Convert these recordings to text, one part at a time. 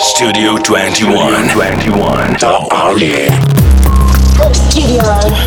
Studio 21. The Army. Studio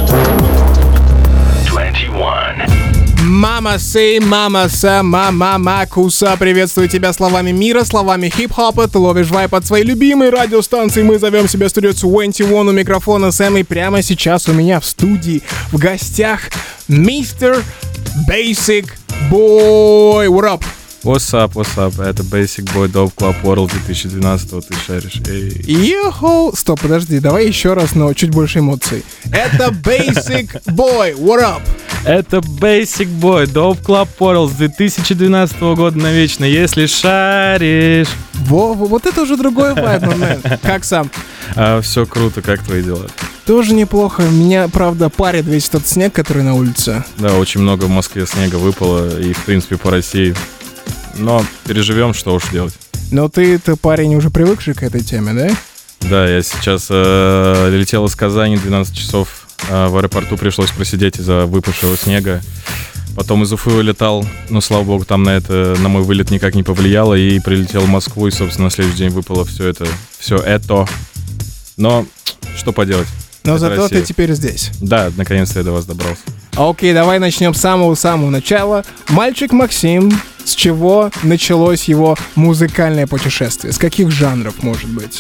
21. Мама сей, мама са, мама куса. Приветствую тебя словами мира, словами хип-хопа. Ты ловишь вайп от своей любимой радиостанции. Мы зовем себя Studio 21 у микрофона Сэм. И прямо сейчас у меня в студии в гостях Mr. Basic Boy. What up? What's up? Это Basic Boy Dove Club World 2012-го, ты шаришь. Йохо! Стоп, подожди, давай еще раз, но чуть больше эмоций. Это Basic Boy, what up? Это Basic Boy Dove Club World с 2012 года навечно, если шаришь. Вот это уже другой вайб, момент. Как сам? Все круто, как твои дела? Тоже неплохо. Меня, правда, парит весь тот снег, который на улице. Да, очень много в Москве снега выпало, и, в принципе, по России. Но переживем, что уж делать. Но ты-то, парень, уже привыкший к этой теме, да? Да, я сейчас летел из Казани 12 часов. В аэропорту пришлось просидеть из-за выпавшего снега. Потом из Уфы вылетал, но, слава богу, там на мой вылет никак не повлияло. И прилетел в Москву, и, собственно, на следующий день выпало все это. Но что поделать? Но это зато Россия. ты теперь здесь. Да, наконец-то я до вас добрался. Окей, давай начнем с самого-самого начала. Мальчик Максим, с чего началось его музыкальное путешествие? С каких жанров, может быть?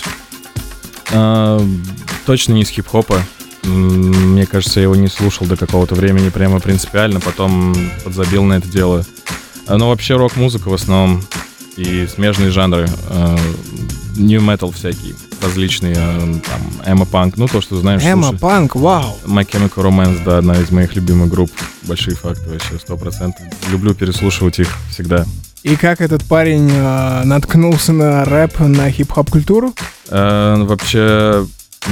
Точно не с хип-хопа. Мне кажется, я его не слушал до какого-то времени прямо принципиально, потом подзабил на это дело. Но вообще рок-музыка в основном и смежные жанры. New metal всякие, различные, там, эмо-панк, ну то, что знаешь, Эмо-панк, вау! My Chemical Romance, да, одна из моих любимых групп, большие факты вообще, 100%. Люблю переслушивать их всегда. И как этот парень наткнулся на рэп, на хип-хоп культуру? Вообще,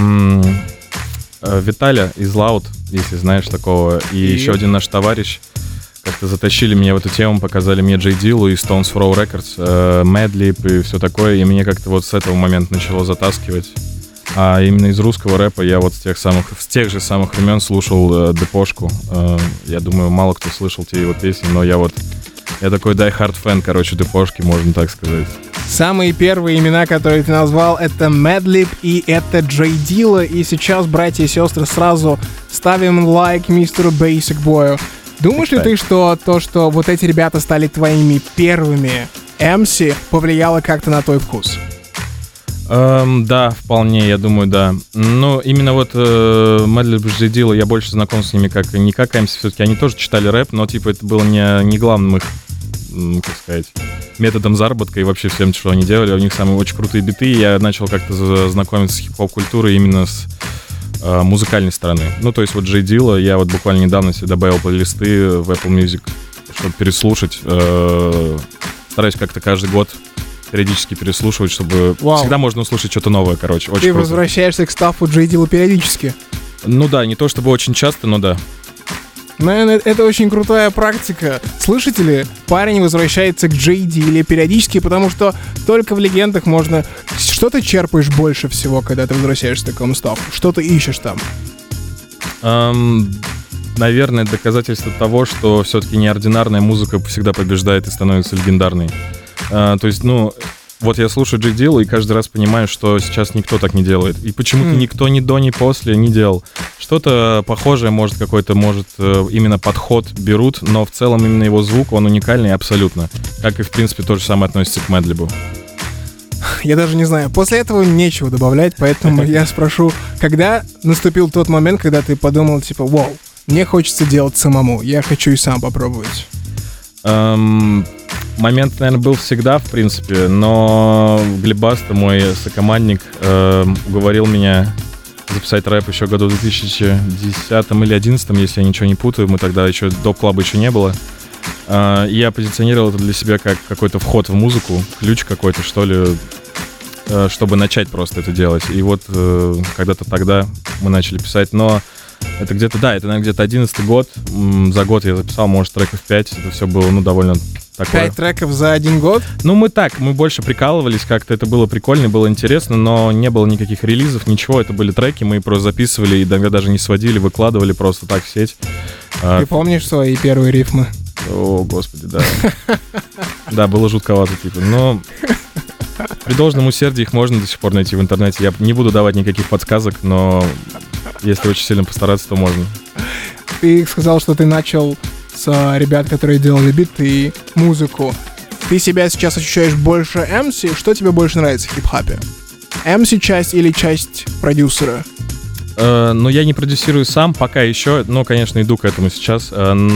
Виталя из Loud, если знаешь такого, и еще один наш товарищ, как-то затащили меня в эту тему, показали мне Джей Диллу и Stones Throw Records, Madlib и все такое, и мне как-то вот с этого момента начало затаскивать. А именно из русского рэпа я вот с тех же самых времен слушал Депошку. Я думаю, мало кто слышал те его песни, но я такой die-hard фэн, короче, Депошки, можно так сказать. Самые первые имена, которые ты назвал, это Madlib и это Джей Дилла, и сейчас, братья и сестры, сразу ставим лайк мистеру Basic Boy. Думаешь ли ты, что то, что вот эти ребята стали твоими первыми MC, повлияло как-то на твой вкус? Да, вполне, я думаю, да. Но именно вот Madlib и Джей Дилла, я больше знаком с ними не как MC, все-таки они тоже читали рэп, но типа это было не главным их, как сказать, методом заработка и вообще всем, что они делали. У них самые очень крутые биты, и я начал как-то знакомиться с хип-хоп-культурой именно с музыкальной стороны. Ну, то есть вот Джей Дилла, я вот буквально недавно себе добавил плейлисты в Apple Music, чтобы переслушать. Стараюсь как-то каждый год периодически переслушивать, чтобы всегда можно услышать что-то новое, короче. Очень Ты круто. возвращаешься к стафу Джей Дилла периодически? Ну да, не то чтобы очень часто, но да. Мэн, это очень крутая практика. Слышите ли, парень возвращается к Джей Дилле периодически, потому что только в легендах можно... Что ты черпаешь больше всего, когда ты возвращаешься к такому стафу? Что ты ищешь там? Наверное, доказательство того, что все-таки неординарная музыка всегда побеждает и становится легендарной. То есть, вот я слушаю Джей Дилла и каждый раз понимаю, что сейчас никто так не делает. И почему-то никто ни до, ни после не делал. Что-то похожее, может, именно подход берут, но в целом именно его звук, он уникальный абсолютно. Как и, в принципе, то же самое относится к Madlib'у. Я даже не знаю. После этого нечего добавлять, поэтому я спрошу, когда наступил тот момент, когда ты подумал, типа, вау, мне хочется делать самому, я хочу и сам попробовать. Момент, наверное, был всегда, в принципе, но Глебаста, мой сокомандник, уговорил меня записать рэп еще году в 2010 или 2011, если я ничего не путаю. Мы тогда еще, доп-клаба еще не было. Я позиционировал это для себя как какой-то вход в музыку, ключ какой-то, что ли, чтобы начать просто это делать. И вот когда-то тогда мы начали писать, но это где-то, это, наверное, где-то 11-й год. За год я записал, может, треков 5. Это все было, довольно такое. 5 треков за 1 год? Мы больше прикалывались, как-то это было прикольно, было интересно, но не было никаких релизов, ничего, это были треки, мы просто записывали и иногда даже не сводили, выкладывали просто так в сеть. Ты помнишь свои первые рифмы? О, господи, да. Да, было жутковато, типа, но При должном усердии их можно до сих пор найти в интернете. Я не буду давать никаких подсказок, но если очень сильно постараться, то можно. Ты сказал, что ты начал с ребят, которые делали биты и музыку. Ты себя сейчас ощущаешь больше MC? Что тебе больше нравится в хип-хопе? MC-часть или часть продюсера? Но я не продюсирую сам пока еще, но, конечно, иду к этому сейчас.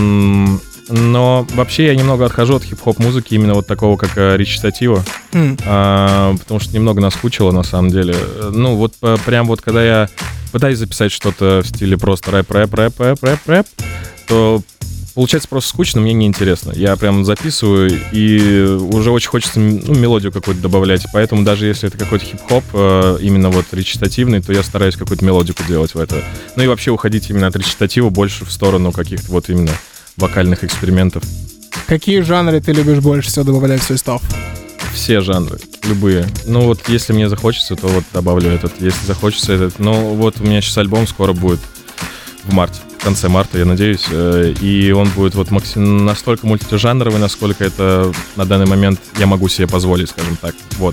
Но вообще я немного отхожу от хип-хоп музыки, именно вот такого, как речитатива, потому что немного наскучило, на самом деле. Ну, вот прям вот когда я пытаюсь записать что-то в стиле просто рэп, то получается просто скучно, мне неинтересно. Я прям записываю, и уже очень хочется мелодию какую-то добавлять. Поэтому даже если это какой-то хип-хоп, именно вот речитативный, то я стараюсь какую-то мелодику делать в это. Ну и вообще уходить именно от речитатива больше в сторону каких-то вот именно вокальных экспериментов. Какие жанры ты любишь больше всего добавлять в свой став? Все жанры, любые. Ну вот если мне захочется, то вот добавлю этот. Если захочется этот. Ну вот у меня сейчас альбом скоро будет в марте. В конце марта, я надеюсь, и он будет вот настолько мультижанровый, насколько это на данный момент я могу себе позволить, скажем так. Вот.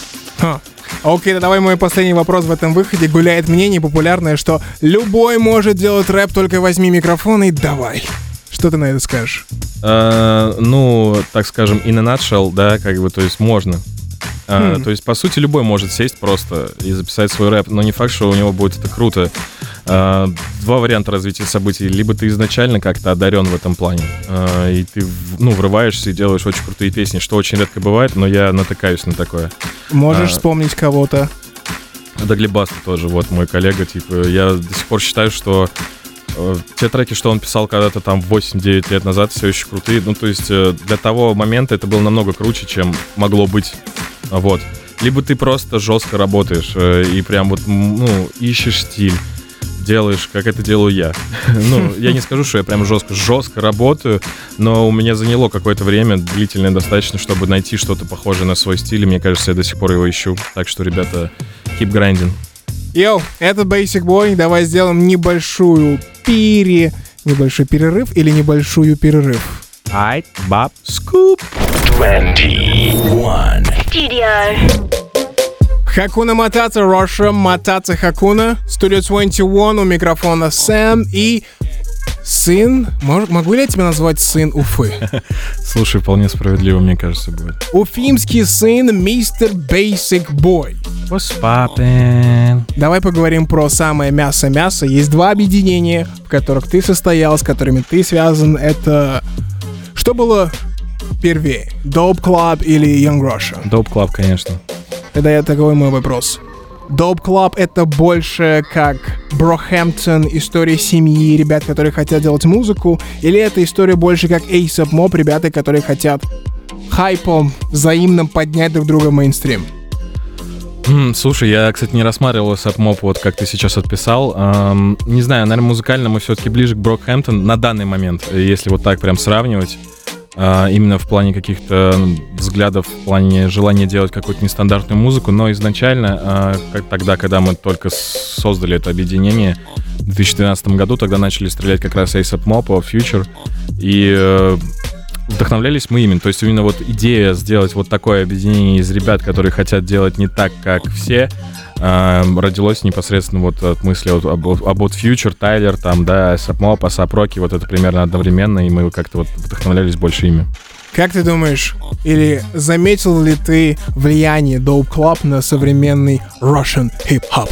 Окей, давай мой последний вопрос в этом выходе. Гуляет мнение популярное, что любой может делать рэп, только возьми микрофон и давай. Что ты на это скажешь? Ну, так скажем, in a nutshell, да, как бы, то есть можно. То есть, по сути, любой может сесть просто и записать свой рэп, но не факт, что у него будет это круто. Два варианта развития событий. Либо ты изначально как-то одарен в этом плане, и ты, врываешься и делаешь очень крутые песни, что очень редко бывает, но я натыкаюсь на такое. Можешь вспомнить кого-то? Дагли Баста тоже, вот, мой коллега, типа, я до сих пор считаю, что те треки, что он писал когда-то там 8-9 лет назад, все еще крутые. Ну, то есть для того момента это было намного круче, чем могло быть. Вот. Либо ты просто жестко работаешь и прям вот, ищешь стиль, делаешь, как это делаю я. Ну, я не скажу, что я прям жестко работаю, но у меня заняло какое-то время, длительное достаточно, чтобы найти что-то похожее на свой стиль, и мне кажется, я до сих пор его ищу. Так что, ребята, keep grinding. Йоу, это Basic Boy. Давай сделаем небольшой перерыв или небольшую перерыв. Айт, баб, скуп. 21. Studio. Хакуна Матата, Роша Матата Хакуна. Studio 21, у микрофона Сэм и сын. Могу ли я тебя назвать сын Уфы? Слушай, вполне справедливо, мне кажется, будет. Уфимский сын мистер Basic Boy. What's poppin'? Давай поговорим про самое мясо-мясо. Есть два объединения, в которых ты состоял, с которыми ты связан. Это... Что было первее? Dope Club или Young Russia? Dope Club, конечно. Тогда такой мой вопрос. Dope Club — это больше как Брохэмптон, история семьи, ребят, которые хотят делать музыку, или это история больше как A$AP Mob, ребята, которые хотят хайпом взаимным поднять друг друга в мейнстрим? Слушай, я, кстати, не рассматривал A$AP Mob, вот как ты сейчас отписал. Не знаю, наверное, музыкально мы все-таки ближе к Брохэмптон на данный момент, если вот так прям сравнивать. Именно в плане каких-то взглядов, в плане желания делать какую-то нестандартную музыку, но изначально, тогда, когда мы только создали это объединение в 2012 году, тогда начали стрелять как раз A$AP Mob, Future, и вдохновлялись мы ими. То есть именно вот идея сделать вот такое объединение из ребят, которые хотят делать не так, как все, родилось непосредственно вот от мысли about Future, Тайлер, там, да, A$AP Mob, A$AP Rocky, вот это примерно одновременно, и мы как-то вот вдохновлялись больше ими. Как ты думаешь, или заметил ли ты влияние Dope Club на современный Russian hip-hop?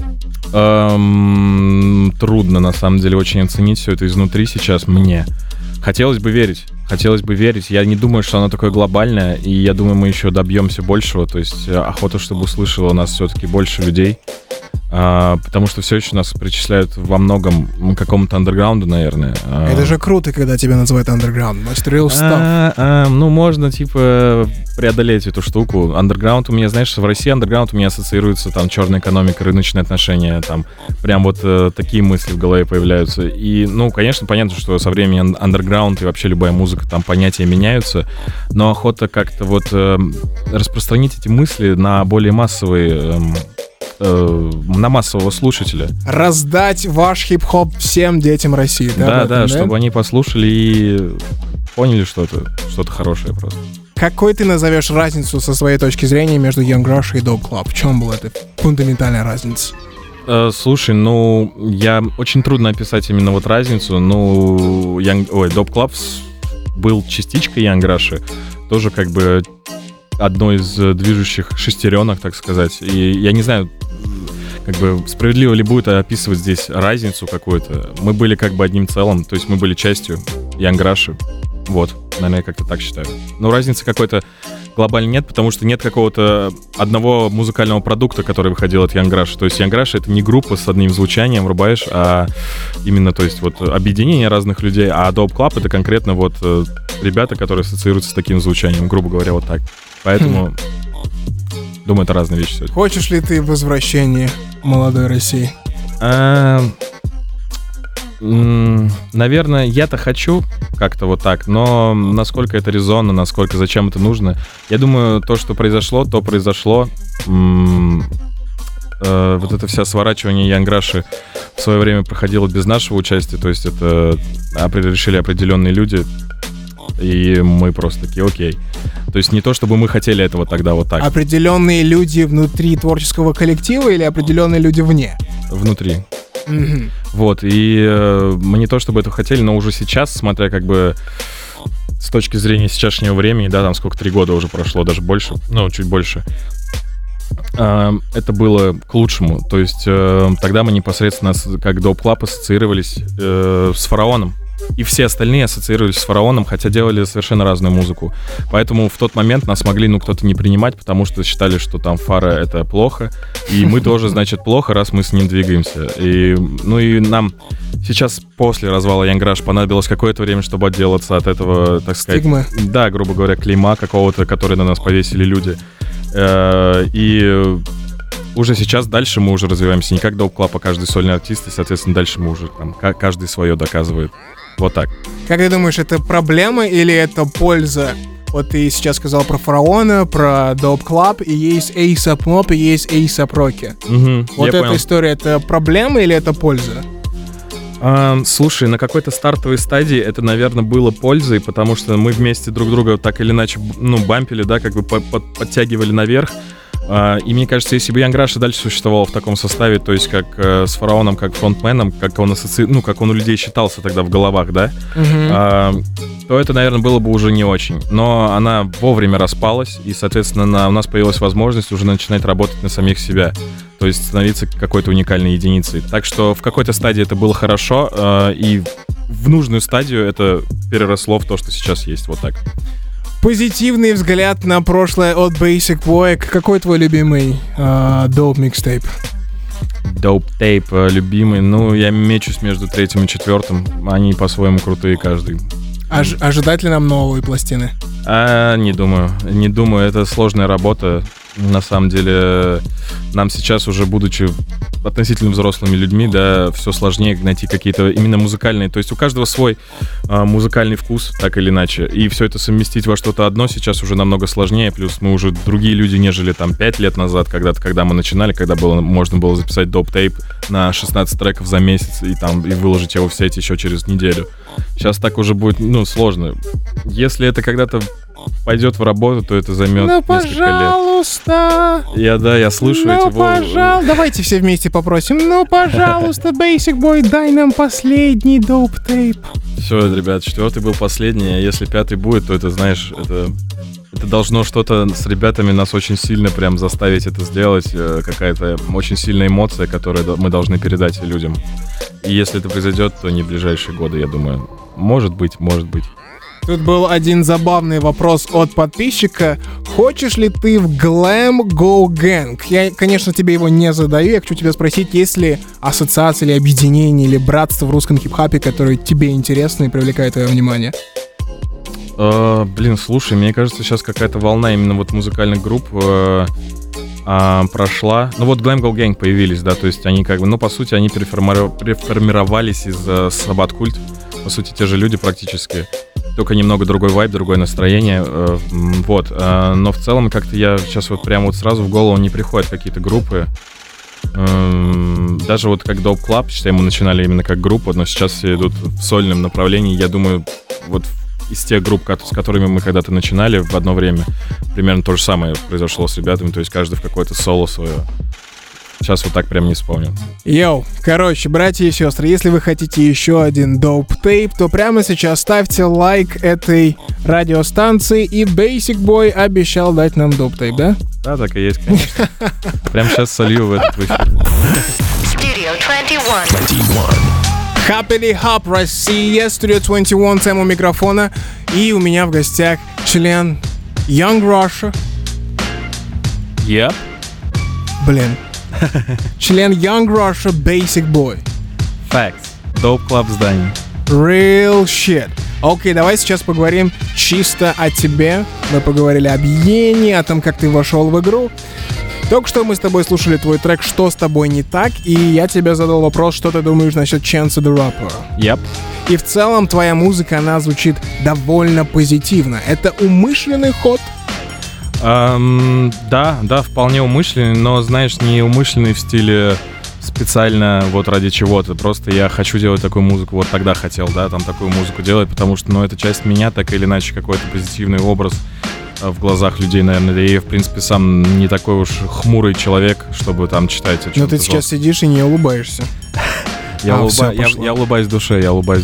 Трудно, на самом деле, очень оценить все это изнутри сейчас мне. Хотелось бы верить. Я не думаю, что оно такое глобальное, и я думаю, мы еще добьемся большего. То есть охота, чтобы услышало нас все-таки больше людей. Потому что все еще нас причисляют во многом к какому-то андерграунду, наверное. Это же круто, когда тебя называют андерграунд. Значит, real stuff. Ну, можно, типа, преодолеть эту штуку. Андерграунд у меня, знаешь, в России андерграунд у меня ассоциируется, там, черная экономика, рыночные отношения, там, прям вот такие мысли в голове появляются. И, ну, конечно, понятно, что со временем андерграунд и вообще любая музыка, там, понятия меняются, но охота как-то вот распространить эти мысли на более массовые... на массового слушателя. Раздать ваш хип-хоп всем детям России, да? Да, чтобы они послушали и поняли что-то хорошее просто. какой ты назовешь разницу со своей точки зрения между Young Rush и Dope Club? В чем была эта фундаментальная разница? Слушай, я очень трудно описать именно вот разницу. Dope Club был частичкой Young Rush, тоже как бы одной из движущих шестеренок, так сказать. И я не знаю, как бы справедливо ли будет описывать здесь разницу какую-то. Мы были как бы одним целым, то есть мы были частью Young Rush. Вот, наверное, я как-то так считаю. Но разницы какой-то глобально нет, потому что нет какого-то одного музыкального продукта, который выходил от Young Rush. То есть Young Rush — это не группа с одним звучанием, врубаешь, а именно, то есть вот объединение разных людей. А Dope Club — это конкретно вот ребята, которые ассоциируются с таким звучанием, грубо говоря, вот так. Поэтому, думаю, это разные вещи. Хочешь ли ты возвращения молодой России? Наверное, я-то хочу как-то вот так, но насколько это резонно, насколько, зачем это нужно, я думаю, то, что произошло, то произошло. Вот это вся сворачивание Young Rush в свое время проходило без нашего участия, то есть это решили определенные люди, и мы просто такие, окей. То есть не то, чтобы мы хотели этого тогда вот так. Определенные люди внутри творческого коллектива или определенные люди вне? Внутри. Mm-hmm. Вот, и мы не то чтобы это хотели, но уже сейчас, смотря как бы с точки зрения сейчасшнего времени, да, там сколько, 3 года уже прошло, даже больше, чуть больше, это было к лучшему. То есть тогда мы непосредственно как Dope Club ассоциировались с Фараоном. И все остальные ассоциировались с Фараоном, хотя делали совершенно разную музыку. Поэтому в тот момент нас могли, кто-то не принимать, потому что считали, что там Фара — это плохо. И мы тоже, значит, плохо, раз мы с ним двигаемся. И нам сейчас, после развала Young Rush, понадобилось какое-то время, чтобы отделаться от этого, так сказать... Стигмы. Да, грубо говоря, клейма какого-то, который на нас повесили люди. И... уже сейчас дальше мы уже развиваемся не как Dope Club, а каждый сольный артист, и, соответственно, дальше мы уже там каждый свое доказывает. Вот так. Как ты думаешь, это проблема или это польза? Вот ты сейчас сказал про Фараона, про Dope Club, и есть A$AP Mob, и есть A$AP Rocky. Угу, вот эта история, это проблема или это польза? Слушай, на какой-то стартовой стадии это, наверное, было пользой, потому что мы вместе друг друга так или иначе, бампили, да, как бы подтягивали наверх. И мне кажется, если бы Young Rush дальше существовал в таком составе, то есть как с Фараоном, как фронтменом, как он как он у людей считался тогда в головах, да, то это, наверное, было бы уже не очень. Но она вовремя распалась, и, соответственно, у нас появилась возможность уже начинать работать на самих себя, то есть становиться какой-то уникальной единицей. Так что в какой-то стадии это было хорошо, и в нужную стадию это переросло в то, что сейчас есть, вот так. Позитивный взгляд на прошлое от Basic Boy. Какой твой любимый Dope микстейп? Dope Tape любимый. Я мечусь между 3-м и 4-м. Они по-своему крутые каждый. Ожидать ли нам новые пластины? Не думаю. Не думаю. Это сложная работа. На самом деле, нам сейчас уже, будучи относительно взрослыми людьми, да, все сложнее найти какие-то именно музыкальные. То есть у каждого свой музыкальный вкус, так или иначе. И все это совместить во что-то одно сейчас уже намного сложнее. Плюс мы уже другие люди, нежели там 5 лет назад, когда мы начинали, когда можно было записать Dope Tape на 16 треков за месяц и выложить его в сеть еще через неделю. Сейчас так уже будет, сложно. Если это когда-то пойдет в работу, то это займет несколько лет. Пожалуйста. Я слышу эти пожалуйста. Давайте все вместе попросим. Пожалуйста, Basic Boy, дай нам последний Dope Tape. Все, ребят, 4-й был последний, а если 5-й будет, то это, знаешь, это должно что-то с ребятами нас очень сильно прям заставить это сделать, какая-то очень сильная эмоция, которую мы должны передать людям. И если это произойдет, то не в ближайшие годы, я думаю. Может быть. Тут был один забавный вопрос от подписчика. Хочешь ли ты в Glam Go Gang? Я, конечно, тебе его не задаю. Я хочу тебя спросить, есть ли ассоциация или объединение, или братство в русском хип-хопе, которое тебе интересно и привлекает твое внимание? Слушай, мне кажется, сейчас какая-то волна именно вот музыкальных групп прошла. Glam Go Gang появились, да, то есть они по сути, они переформировались из Sabbath Cult. По сути, те же люди практически. Только немного другой вайб, другое настроение, но в целом как-то я сейчас прямо сразу в голову не приходят какие-то группы, даже как Dope Club, считай, мы начинали именно как группа, но сейчас все идут в сольном направлении, я думаю, из тех групп, с которыми мы когда-то начинали в одно время. Примерно то же самое произошло с ребятами, то есть каждый в какое-то соло свое. Сейчас вот так прям не вспомню. Йоу, короче, братья и сестры, если вы хотите еще один доп тейп, то прямо сейчас ставьте лайк этой радиостанции, и Basic Boy обещал дать нам доп тейп, да? Да, так и есть, конечно. Прям сейчас солью в этот эфир. Studio 21. Happily Hop Россия, Studio 21, тему микрофона, и у меня в гостях член Young Russia. Yep. Блин. Член Young Russia, Basic Boy. Facts. Dope Club здание. Real shit. Окей, давай сейчас поговорим чисто о тебе. Мы поговорили об Йене, о том, как ты вошел в игру. Только что мы с тобой слушали твой трек «Что с тобой не так?», и я тебе задал вопрос, что ты думаешь насчет Chance the Rapper. Yep. И в целом твоя музыка, она звучит довольно позитивно. Это умышленный ход? Да, вполне умышленный, но, знаешь, не умышленный в стиле специально вот ради чего-то. Просто я хочу делать такую музыку, вот тогда хотел, да, там такую музыку делать, потому что, это часть меня, так или иначе, какой-то позитивный образ в глазах людей, наверное. Да и я, в принципе, сам не такой уж хмурый человек, чтобы там читать о чем-то. Но ты сейчас сидишь и не улыбаешься. Я улыбаюсь в душе,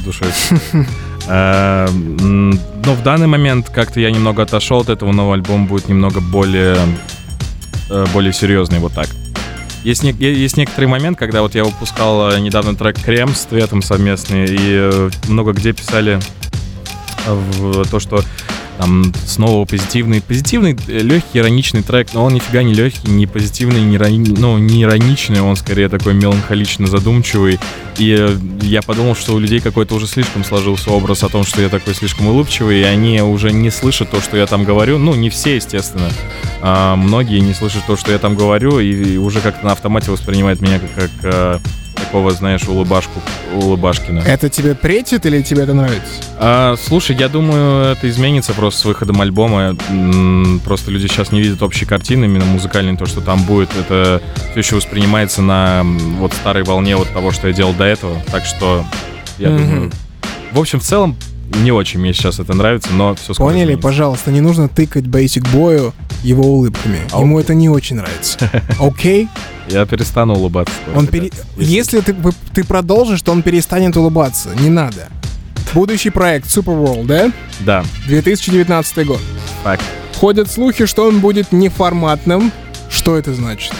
Но в данный момент как-то я немного отошел от этого, новый альбом будет немного более серьезный, вот так. Есть некоторый момент, когда вот я выпускал недавно трек «Крем» с Цветом совместный, и много где писали то, что там снова позитивный, легкий, ироничный трек, но он нифига не легкий, не позитивный, не ироничный, он скорее такой меланхолично задумчивый. И я подумал, что у людей какой-то уже слишком сложился образ о том, что я такой слишком улыбчивый, и они уже не слышат то, что я там говорю. Не все, естественно. Многие не слышат то, что я там говорю, и уже как-то на автомате воспринимают меня как такого, знаешь, улыбашкина. Это тебе претит или тебе это нравится? Слушай, я думаю, это изменится просто с выходом альбома. Просто люди сейчас не видят общей картины, именно музыкальной, то, что там будет. Это все еще воспринимается на вот старой волне вот того, что я делал до этого. Так что, я думаю... В общем, в целом, не очень мне сейчас это нравится, но все скоро Поняли? изменится. Пожалуйста, не нужно тыкать Basic Boy'у его улыбками. Ему это не очень нравится. Окей? Я перестану улыбаться. Если ты продолжишь, то он перестанет улыбаться. Не надо. Будущий проект Super World, да? Да. 2019 год. Так. Ходят слухи, что он будет неформатным. Что это значит?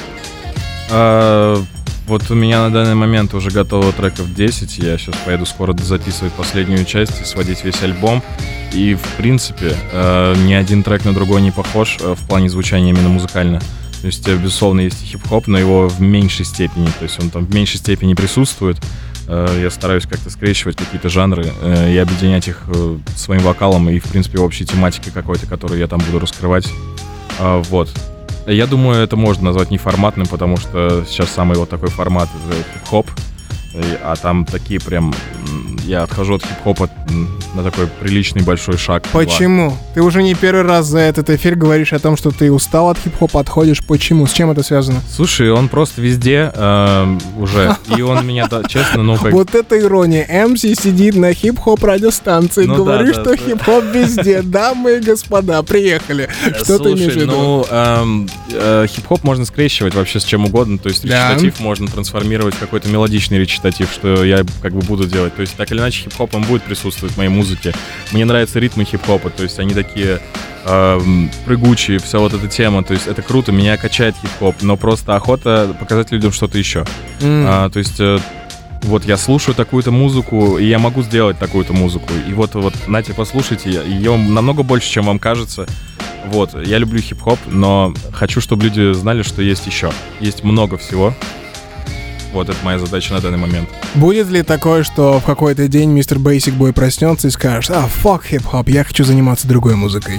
Вот у меня на данный момент уже готово треков 10. Я сейчас поеду скоро записывать последнюю часть и сводить весь альбом. И, в принципе, ни один трек на другой не похож в плане звучания именно музыкально. То есть, безусловно, есть и хип-хоп, но его в меньшей степени. То есть он там в меньшей степени присутствует. Я стараюсь как-то скрещивать какие-то жанры и объединять их своим вокалом и, в принципе, общей тематикой какой-то, которую я там буду раскрывать. Вот. Я думаю, это можно назвать неформатным, потому что сейчас самый вот такой формат — это хип-хоп. А там такие прям... Я отхожу от хип-хопа на такой приличный большой шаг. Почему? Ты уже не первый раз за этот эфир говоришь о том, что ты устал от хип-хопа, отходишь. Почему? С чем это связано? Слушай, он просто везде уже. И он меня, честно, Вот это ирония. MC сидит на хип-хоп радиостанции, говорит, что хип-хоп везде. Дамы и господа, приехали. Что ты имеешь в виду? Хип-хоп можно скрещивать вообще с чем угодно. То есть речитатив можно трансформировать в какой-то мелодичный речитатив, что я как бы буду делать. То есть так или иначе хип-хоп он будет присутствовать в моей музыке. Мне нравятся ритмы хип-хопа, то есть они такие прыгучие, вся вот эта тема. То есть это круто, меня качает хип-хоп, но просто охота показать людям что-то еще. То есть вот я слушаю такую-то музыку, и я могу сделать такую-то музыку. И вот нате, послушайте, ее намного больше, чем вам кажется. Вот, я люблю хип-хоп, но хочу, чтобы люди знали, что есть еще. Есть много всего. Вот это моя задача на данный момент. Будет ли такое, что в какой-то день мистер Basic Boy проснется и скажет: fuck хип-хоп, я хочу заниматься другой музыкой?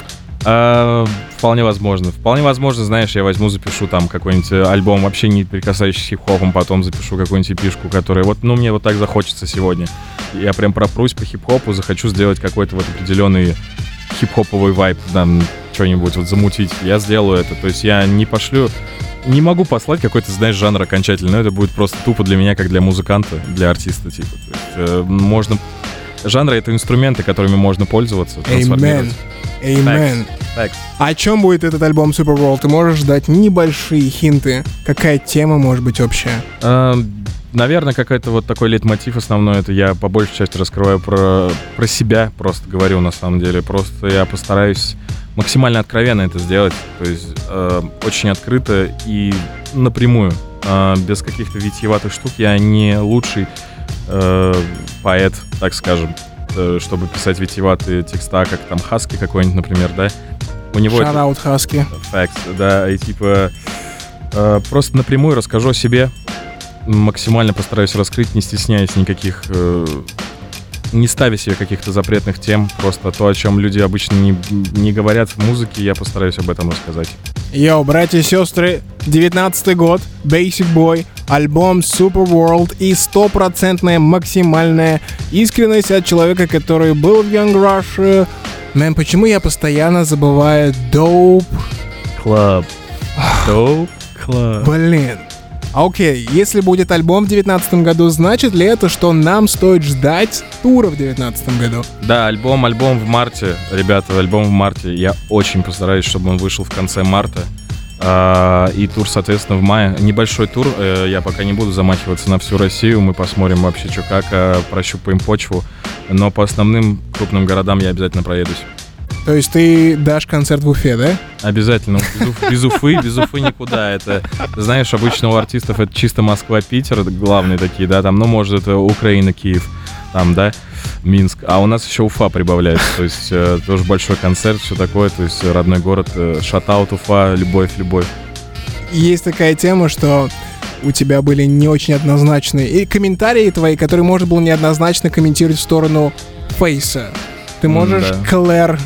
Вполне возможно. Вполне возможно, знаешь, я возьму, запишу там какой-нибудь альбом, вообще не прикасающийся к хип-хопам, потом запишу какую-нибудь эпишку, которая мне вот так захочется сегодня. Я прям пропрусь по хип-хопу, захочу сделать какой-то вот определенный хип-хоповый вайб, там, что-нибудь вот замутить. Я сделаю это. То есть я не могу послать какой-то, знаешь, жанр окончательно, но это будет просто тупо для меня, как для музыканта, для артиста, типа. То есть, можно жанры — это инструменты, которыми можно пользоваться, трансформировать. Amen. Facts. О чем будет этот альбом Super World? Ты можешь дать небольшие хинты? Какая тема может быть общая? Наверное, какой-то вот такой лейтмотив основной. Это я по большей части раскрываю про себя, просто говорю на самом деле. Просто я постараюсь максимально откровенно это сделать. То есть очень открыто и напрямую. Без каких-то витиеватых штук. Я не лучший поэт, так скажем, чтобы писать витиеватые текста, как там Хаски какой-нибудь, например, да? У него Shout-out Хаски. Facts, да, и типа просто напрямую расскажу о себе, максимально постараюсь раскрыть, не стесняясь никаких, не ставя себе каких-то запретных тем, просто то, о чем люди обычно не говорят в музыке, я постараюсь об этом рассказать. Йоу, братья и сестры, 19-й год, Basic Boy, альбом Super World и 100% максимальная искренность от человека, который был в Young Rush. Мэн, почему я постоянно забываю Dope Club. Dope Club. Блин. Окей, если будет альбом в 2019 году, значит ли это, что нам стоит ждать тура в 2019 году? Да, альбом в марте, ребята, альбом в марте. Я очень постараюсь, чтобы он вышел в конце марта. И тур, соответственно, в мае. Небольшой тур, я пока не буду замахиваться на всю Россию. Мы посмотрим вообще, что как, прощупаем почву. Но по основным крупным городам я обязательно проедусь. То есть ты дашь концерт в Уфе, да? Обязательно. Без Уфы никуда. Это, знаешь, обычно у артистов это чисто Москва, Питер, это главные такие, да, там, ну, может, это Украина, Киев, там, да, Минск. А у нас еще Уфа прибавляется, то есть тоже большой концерт, все такое, то есть родной город, шатаут Уфа, любовь. Есть такая тема, что у тебя были не очень однозначные и комментарии твои, которые можно было неоднозначно комментировать в сторону Фейса. Ты можешь, да. Клэр...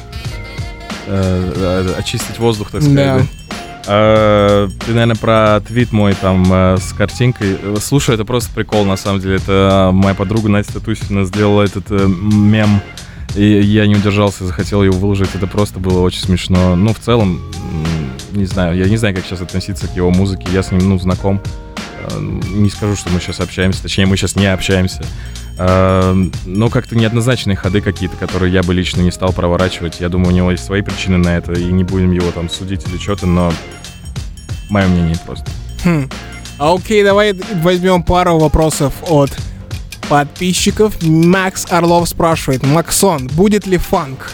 очистить воздух, так сказать, да? Ты, наверное, про твит мой там с картинкой. Слушай, это просто прикол, на самом деле. Это моя подруга Настя Тусина сделала этот мем, и я не удержался, захотел его выложить. Это просто было очень смешно. Ну, в целом, не знаю, я не знаю, как сейчас относиться к его музыке. Я с ним, знаком. Не скажу, что мы сейчас общаемся, точнее, мы сейчас не общаемся. Но как-то неоднозначные ходы какие-то, которые я бы лично не стал проворачивать. Я думаю, у него есть свои причины на это, и не будем его там судить или что-то, но мое мнение просто. Окей, давай возьмем пару вопросов от подписчиков. Макс Орлов спрашивает: Максон, будет ли фанк?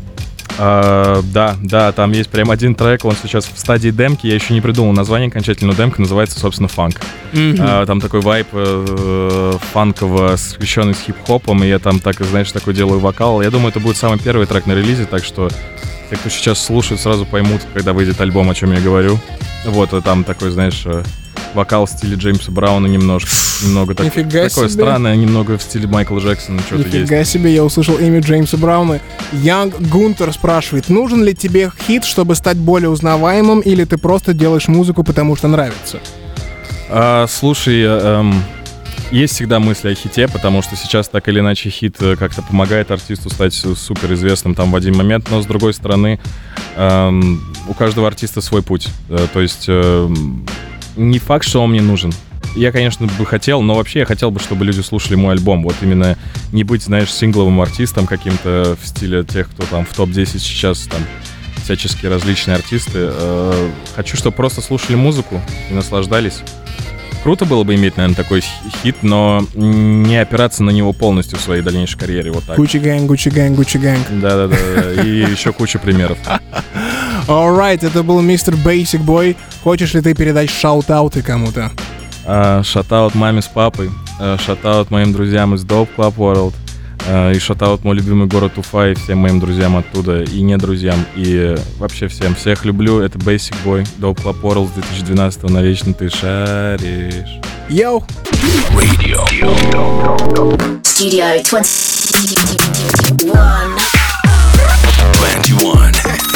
Да, там есть прям один трек, он сейчас в стадии демки, я еще не придумал название окончательно, но демка называется, собственно, «Фанк». Там такой вайб фанково скрещенный с хип-хопом, и я там так, знаешь, такой делаю вокал. Я думаю, это будет самый первый трек на релизе, так что те, кто сейчас слушает, сразу поймут, когда выйдет альбом, о чем я говорю. Вот, там такой, знаешь, вокал в стиле Джеймса Брауна немного такое странное, немного в стиле Майкла Джексона, что-то есть. Нифига себе, я услышал имя Джеймса Брауна. Янг Гунтер спрашивает: нужен ли тебе хит, чтобы стать более узнаваемым, или ты просто делаешь музыку, потому что нравится? Слушай, есть всегда мысли о хите, потому что сейчас так или иначе хит как-то помогает артисту стать суперизвестным там в один момент, но с другой стороны, у каждого артиста свой путь. То есть не факт, что он мне нужен. Я, конечно, бы хотел, но вообще я хотел бы, чтобы люди слушали мой альбом. Вот именно не быть, знаешь, сингловым артистом каким-то в стиле тех, кто там в топ-10 сейчас, там, всяческие различные артисты. Хочу, чтобы просто слушали музыку и наслаждались. Круто было бы иметь, наверное, такой хит, но не опираться на него полностью в своей дальнейшей карьере. Вот так. Gucci Gang, Gucci Gang, Gucci Gang. Да. И еще куча примеров. Alright, это был мистер Basic Boy. Хочешь ли ты передать шаут-ауты кому-то? Шаут-аут маме с папой. Шаут-аут моим друзьям из Dope Club World. И шаут-аут мой любимый город Уфа и всем моим друзьям оттуда, и не друзьям, и вообще всем. Всех люблю. Это Basic Boy, Dope Club World с 2012 навечно ты шаришь. Йоу! Radio. Studio 21. 21.